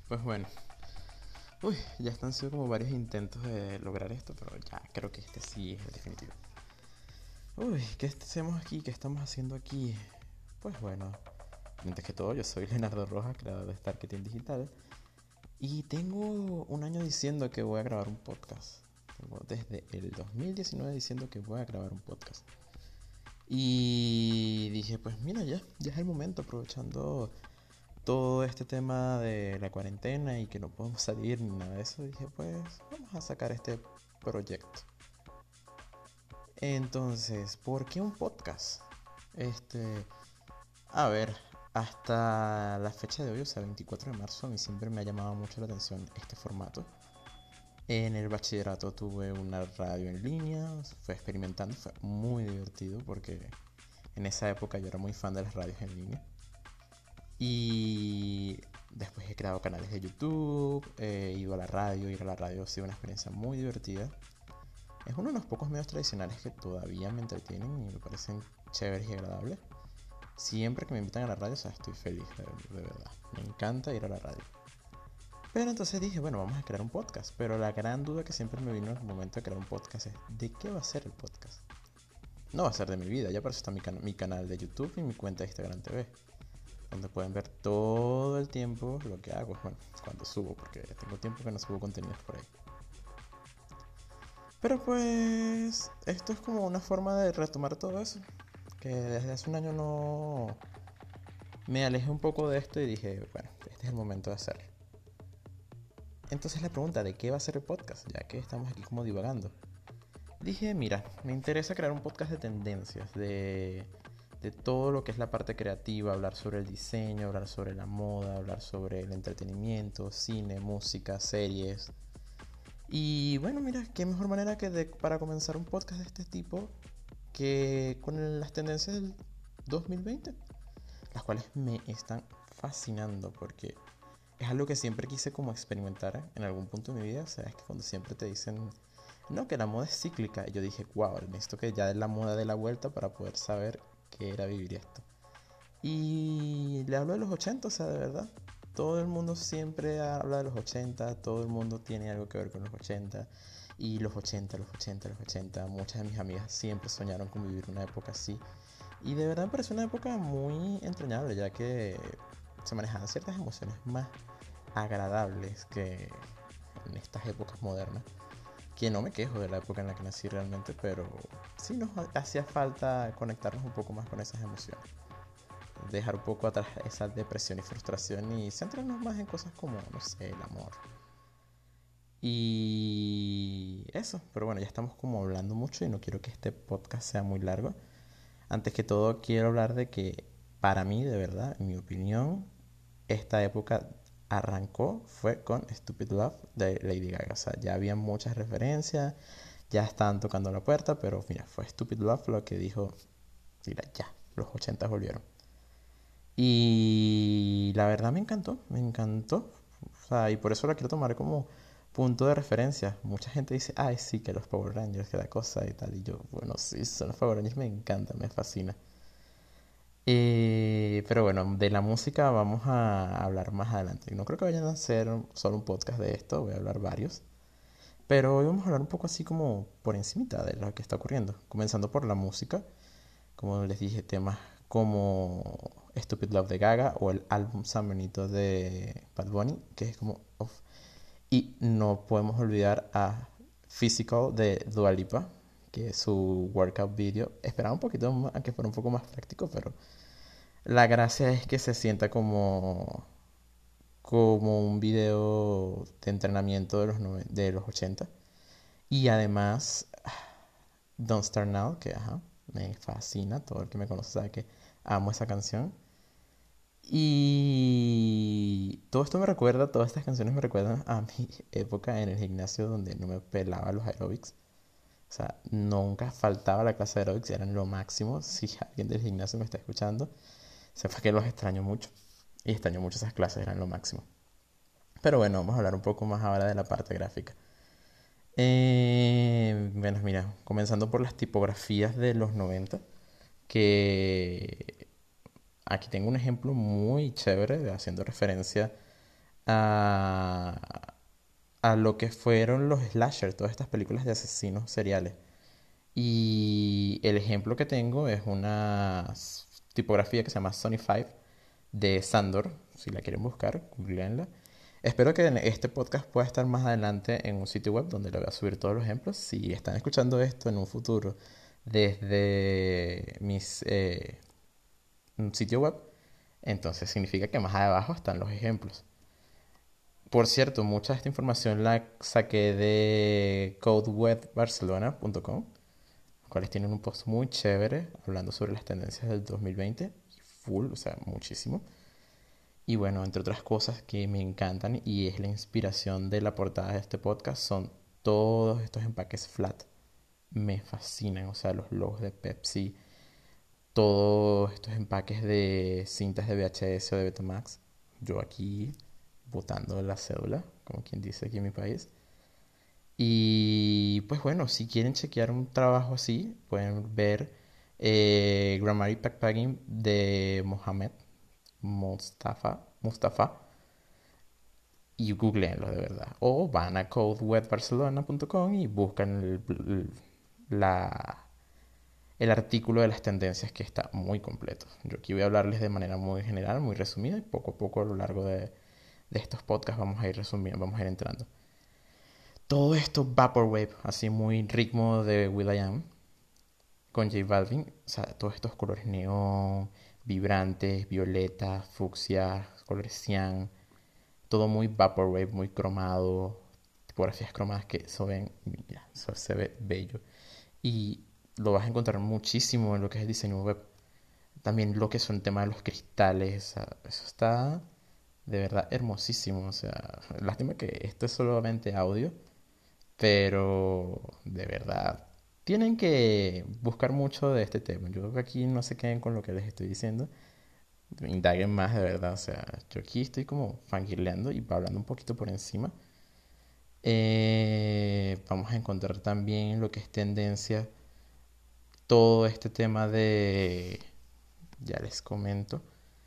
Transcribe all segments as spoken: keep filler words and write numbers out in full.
Pues bueno, uy, ya están sido como varios intentos de lograr esto, pero ya creo que este sí es el definitivo. Uy, ¿qué hacemos aquí? ¿Qué estamos haciendo aquí? Pues bueno, antes que todo, yo soy Leonardo Rojas, creador de Starketing Digital, y tengo un año diciendo que voy a grabar un podcast. Tengo desde el dos mil diecinueve diciendo que voy a grabar un podcast. Y dije, pues mira, ya, ya es el momento, aprovechando todo este tema de la cuarentena y que no podemos salir ni nada de eso, dije, pues vamos a sacar este proyecto. Entonces, ¿por qué un podcast? Este, a ver, hasta la fecha de hoy, o sea, veinticuatro de marzo, a mí siempre me ha llamado mucho la atención este formato. En el bachillerato tuve una radio en línea, fue experimentando, fue muy divertido porque en esa época yo era muy fan de las radios en línea. Y después he creado canales de YouTube, he ido a la radio, ir a la radio ha sido una experiencia muy divertida. Es uno de los pocos medios tradicionales que todavía me entretienen y me parecen chéveres y agradables. Siempre que me invitan a la radio, o sea, estoy feliz, de, de verdad. Me encanta ir a la radio. Pero entonces dije, bueno, vamos a crear un podcast. Pero la gran duda que siempre me vino en el momento de crear un podcast es, ¿de qué va a ser el podcast? No va a ser de mi vida, ya por eso está mi, can- mi canal de YouTube y mi cuenta de Instagram T V, donde pueden ver todo el tiempo lo que hago, bueno, cuando subo, porque tengo tiempo que no subo contenidos por ahí. Pero pues esto es como una forma de retomar todo eso, que desde hace un año no me alejé un poco de esto y dije, bueno, este es el momento de hacerlo. Entonces la pregunta de qué va a ser el podcast, ya que estamos aquí como divagando. Dije, mira, me interesa crear un podcast de tendencias, de, de todo lo que es la parte creativa, hablar sobre el diseño, hablar sobre la moda, hablar sobre el entretenimiento, cine, música, series. Y bueno, mira, qué mejor manera que de, para comenzar un podcast de este tipo que con las tendencias del dos mil veinte, las cuales me están fascinando porque es algo que siempre quise como experimentar en algún punto de mi vida. O sea, es que cuando siempre te dicen, no, que la moda es cíclica, y yo dije, wow, necesito que ya de la moda de la vuelta para poder saber qué era vivir esto. Y le hablo de los ochenta, o sea, de verdad. Todo el mundo siempre habla de los ochenta, todo el mundo tiene algo que ver con los ochenta. Y los ochenta, los ochenta, los ochenta, muchas de mis amigas siempre soñaron con vivir una época así. Y de verdad me parece una época muy entrañable, ya que se manejaban ciertas emociones más agradables que en estas épocas modernas. Que no me quejo de la época en la que nací realmente, pero sí nos hacía falta conectarnos un poco más con esas emociones. Dejar un poco atrás esa depresión y frustración y centrarnos más en cosas como, no sé, el amor. Y eso, pero bueno, ya estamos como hablando mucho y no quiero que este podcast sea muy largo. Antes que todo, quiero hablar de que para mí, de verdad, en mi opinión, esta época arrancó fue con Stupid Love de Lady Gaga. O sea, ya había muchas referencias, ya estaban tocando la puerta, pero mira, fue Stupid Love lo que dijo, mira, ya, los ochenta volvieron. Y la verdad me encantó, me encantó. O sea, y por eso la quiero tomar como punto de referencia. Mucha gente dice, ay, sí, que los Power Rangers, que la cosa y tal. Y yo, bueno, sí, son los Power Rangers, me encanta, me fascina. Eh, pero bueno, de la música vamos a hablar más adelante. No creo que vayan a hacer solo un podcast de esto, voy a hablar varios. Pero hoy vamos a hablar un poco así como por encimita de lo que está ocurriendo. Comenzando por la música, como les dije, temas como Stupid Love de Gaga o el álbum San Benito de Bad Bunny, que es como... uf. Y no podemos olvidar a Physical de Dua Lipa, que es su workout video. Esperaba un poquito más, que fuera un poco más práctico, pero la gracia es que se sienta como, como un video de entrenamiento de los, nove- de los ochenta. Y además, Don't Start Now, que ajá, me fascina. Todo el que me conoce sabe que amo esa canción. Y todo esto me recuerda, todas estas canciones me recuerdan a mi época en el gimnasio donde no me pelaba los aerobics. O sea, nunca faltaba la clase de aerobics, eran lo máximo. Si alguien del gimnasio me está escuchando, sepa que los extraño mucho. Y extraño mucho esas clases, eran lo máximo. Pero bueno, vamos a hablar un poco más ahora de la parte gráfica. Eh, bueno, mira, comenzando por las tipografías de los noventa, que aquí tengo un ejemplo muy chévere de haciendo referencia a, a lo que fueron los slasher, todas estas películas de asesinos seriales. Y el ejemplo que tengo es una s- tipografía que se llama Sony cinco de Sandor. Si la quieren buscar, googleenla. Espero que en este podcast pueda estar más adelante en un sitio web donde le voy a subir todos los ejemplos. Si están escuchando esto en un futuro desde mis eh, un sitio web, entonces significa que más abajo están los ejemplos. Por cierto, mucha de esta información la saqué de codeweb barcelona punto com, los cuales tienen un post muy chévere hablando sobre las tendencias del dos mil veinte. Full, o sea, muchísimo. Y bueno, entre otras cosas que me encantan y es la inspiración de la portada de este podcast son todos estos empaques flat. Me fascinan, o sea, los logos de Pepsi, todos estos empaques de cintas de V H S o de Betamax. Yo aquí botando la cédula, como quien dice aquí en mi país. Y pues bueno, si quieren chequear un trabajo así, pueden ver eh, Grammar Backpacking de Mohamed Mustafa, Mustafa y googleenlo de verdad. O van a codeweb barcelona punto com y buscan el, el- la, el artículo de las tendencias que está muy completo. Yo aquí voy a hablarles de manera muy general, muy resumida y poco a poco a lo largo de, de estos podcasts vamos a ir resumiendo, vamos a ir entrando. Todo esto Vaporwave, así muy ritmo de will.i.am con J Balvin, o sea, todos estos colores neón, vibrantes, violeta, fucsia, colores cian, todo muy vaporwave, muy cromado, tipografías cromadas que eso ven, mira, eso se ve bello. Y lo vas a encontrar muchísimo en lo que es el diseño web. También lo que son el tema de los cristales, o sea, eso está de verdad hermosísimo. O sea, lástima que esto es solamente audio, pero de verdad tienen que buscar mucho de este tema. Yo creo que aquí no se queden con lo que les estoy diciendo, indaguen más de verdad. O sea, yo aquí estoy como fangirleando y hablando un poquito por encima. Eh, vamos a encontrar también lo que es tendencia, todo este tema de, ya les comento,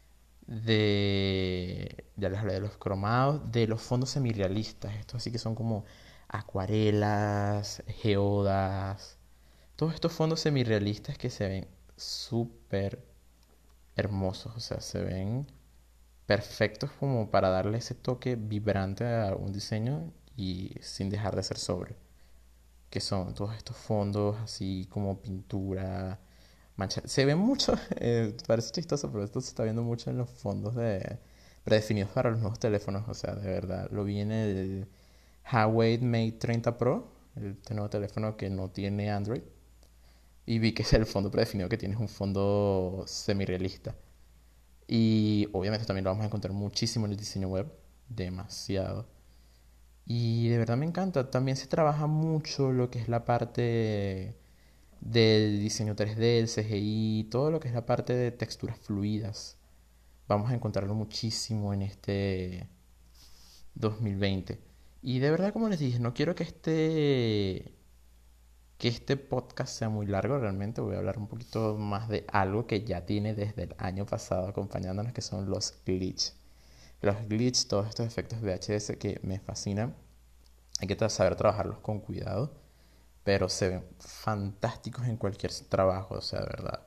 de, ya les hablé de los cromados, de los fondos semirrealistas, estos así que son como acuarelas, geodas, todos estos fondos semirrealistas que se ven súper hermosos, o sea, se ven perfectos como para darle ese toque vibrante a un diseño y sin dejar de ser sobre. Que son todos estos fondos así como pintura, mancha. Se ve mucho, eh, parece chistoso, pero esto se está viendo mucho en los fondos de predefinidos para los nuevos teléfonos. O sea, de verdad, lo vi en el Huawei Mate treinta Pro, este nuevo teléfono que no tiene Android. Y vi que es el fondo predefinido que tiene, es un fondo semi-realista. Y obviamente también lo vamos a encontrar muchísimo en el diseño web, demasiado. Y de verdad me encanta. También se trabaja mucho lo que es la parte del diseño tres D, el C G I, todo lo que es la parte de texturas fluidas. Vamos a encontrarlo muchísimo en este dos mil veinte. Y de verdad, como les dije, no quiero que este, que este podcast sea muy largo realmente. Voy a hablar un poquito más de algo que ya tiene desde el año pasado acompañándonos, que son los glitch. Los glitch, todos estos efectos V H S que me fascinan. Hay que saber trabajarlos con cuidado, pero se ven fantásticos en cualquier trabajo, o sea, de verdad.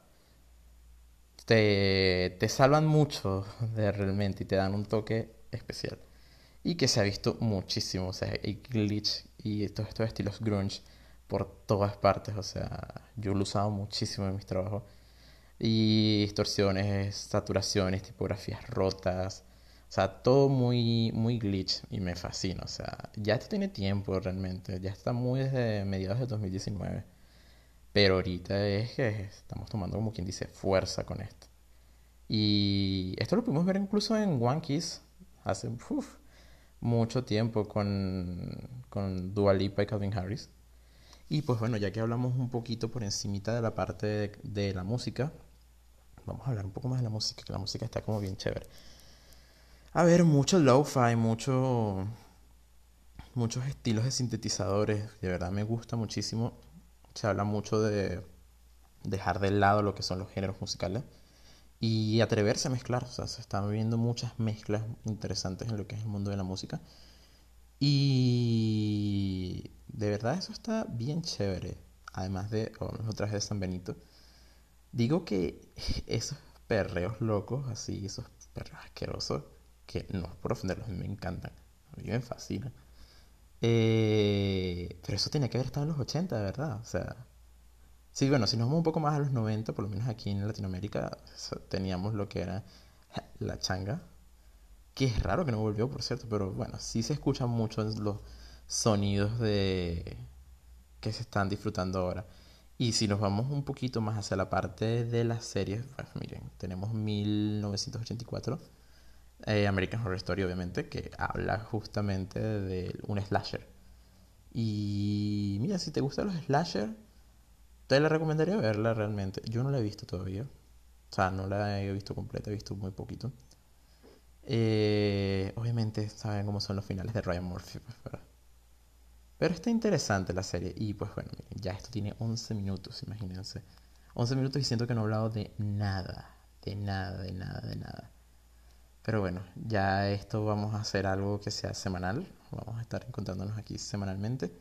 Te, te salvan mucho de realmente y te dan un toque especial. Y que se ha visto muchísimo, o sea, hay glitch y todos estos estilos grunge por todas partes, o sea, yo lo he usado muchísimo en mis trabajos. Y distorsiones, saturaciones, tipografías rotas, o sea, todo muy, muy glitch y me fascina, o sea, ya esto tiene tiempo realmente, ya está muy desde mediados de dos mil diecinueve, pero ahorita es que estamos tomando como quien dice fuerza con esto. Y esto lo pudimos ver incluso en One Kiss hace uf, mucho tiempo con, con Dua Lipa y Calvin Harris. Y pues bueno, ya que hablamos un poquito por encimita de la parte de, de la música, vamos a hablar un poco más de la música, que la música está como bien chévere. A ver, mucho lo-fi, mucho, muchos estilos de sintetizadores. De verdad me gusta muchísimo. Se habla mucho de dejar de lado lo que son los géneros musicales y atreverse a mezclar. O sea, se están viendo muchas mezclas interesantes en lo que es el mundo de la música. Y de verdad eso está bien chévere. Además de, o otra vez de San Benito. Digo que esos perreos locos, así, esos perreos asquerosos, que no es por ofenderlos, a mí me encantan. A mí me fascinan. Eh, pero eso tenía que haber estado en los ochenta, de verdad. O sea, sí, bueno, si nos vamos un poco más a los noventa, por lo menos aquí en Latinoamérica, so- teníamos lo que era la changa, que es raro que no volvió, por cierto, pero bueno, sí se escuchan mucho los sonidos de que se están disfrutando ahora. Y si nos vamos un poquito más hacia la parte de las series, pues miren, tenemos mil novecientos ochenta y cuatro, eh, American Horror Story, obviamente, que habla justamente de un slasher. Y mira, si te gustan los slasher, te la recomendaría verla realmente. Yo no la he visto todavía. O sea, no la he visto completa, he visto muy poquito. Eh, obviamente saben cómo son los finales de Ryan Murphy, pues, pero, pero está interesante la serie. Y pues bueno, miren, ya esto tiene once minutos, imagínense. Once minutos y siento que no he hablado de nada. De nada, de nada, de nada. Pero bueno, ya esto vamos a hacer algo que sea semanal. Vamos a estar encontrándonos aquí semanalmente.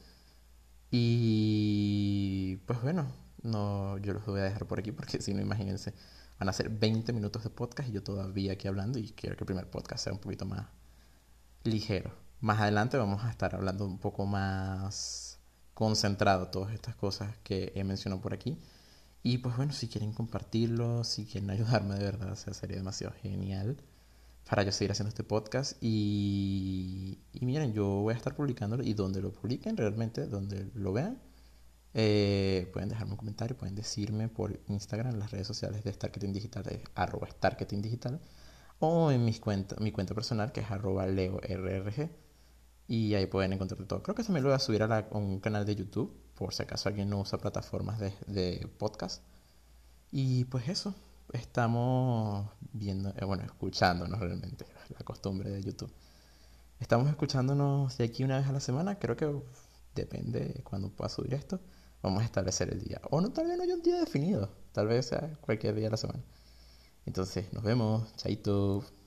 Y pues bueno, no, yo los voy a dejar por aquí porque si no, imagínense, van a ser veinte minutos de podcast y yo todavía aquí hablando y quiero que el primer podcast sea un poquito más ligero. Más adelante vamos a estar hablando un poco más concentrado todas estas cosas que he mencionado por aquí. Y pues bueno, si quieren compartirlo, si quieren ayudarme de verdad, o sea, sería demasiado genial para yo seguir haciendo este podcast. Y, y miren, yo voy a estar publicándolo y donde lo publiquen realmente, donde lo vean, eh, pueden dejarme un comentario, pueden decirme por Instagram, en las redes sociales de Starketing Digital, es arroba Starketing Digital, o en mis cuenta, mi cuenta personal, que es arroba leorrg, y ahí pueden encontrar todo. Creo que también lo voy a subir a, la- a un canal de YouTube, por si acaso alguien no usa plataformas de, de podcast. Y pues eso, estamos viendo, eh, bueno, escuchándonos realmente, la costumbre de YouTube. Estamos escuchándonos de aquí una vez a la semana, creo que uf, depende de cuándo pueda subir esto. Vamos a establecer el día. O no, tal vez no haya un día definido, tal vez sea cualquier día de la semana. Entonces, nos vemos, chaito.